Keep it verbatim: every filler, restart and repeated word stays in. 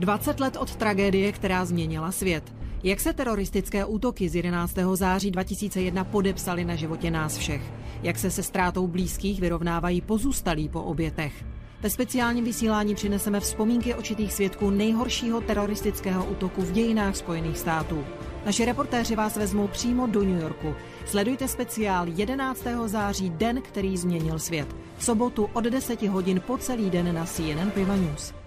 dvacet let od tragédie, která změnila svět. Jak se teroristické útoky z jedenáctého září dva tisíce jedna podepsaly na životě nás všech? Jak se se ztrátou blízkých vyrovnávají pozůstalí po obětech? Ve speciálním vysílání přineseme vzpomínky očitých svědků nejhoršího teroristického útoku v dějinách Spojených států. Naši reportéři vás vezmou přímo do New Yorku. Sledujte speciál jedenáctého září, den, který změnil svět. V sobotu od deseti hodin po celý den na C N N Prima News.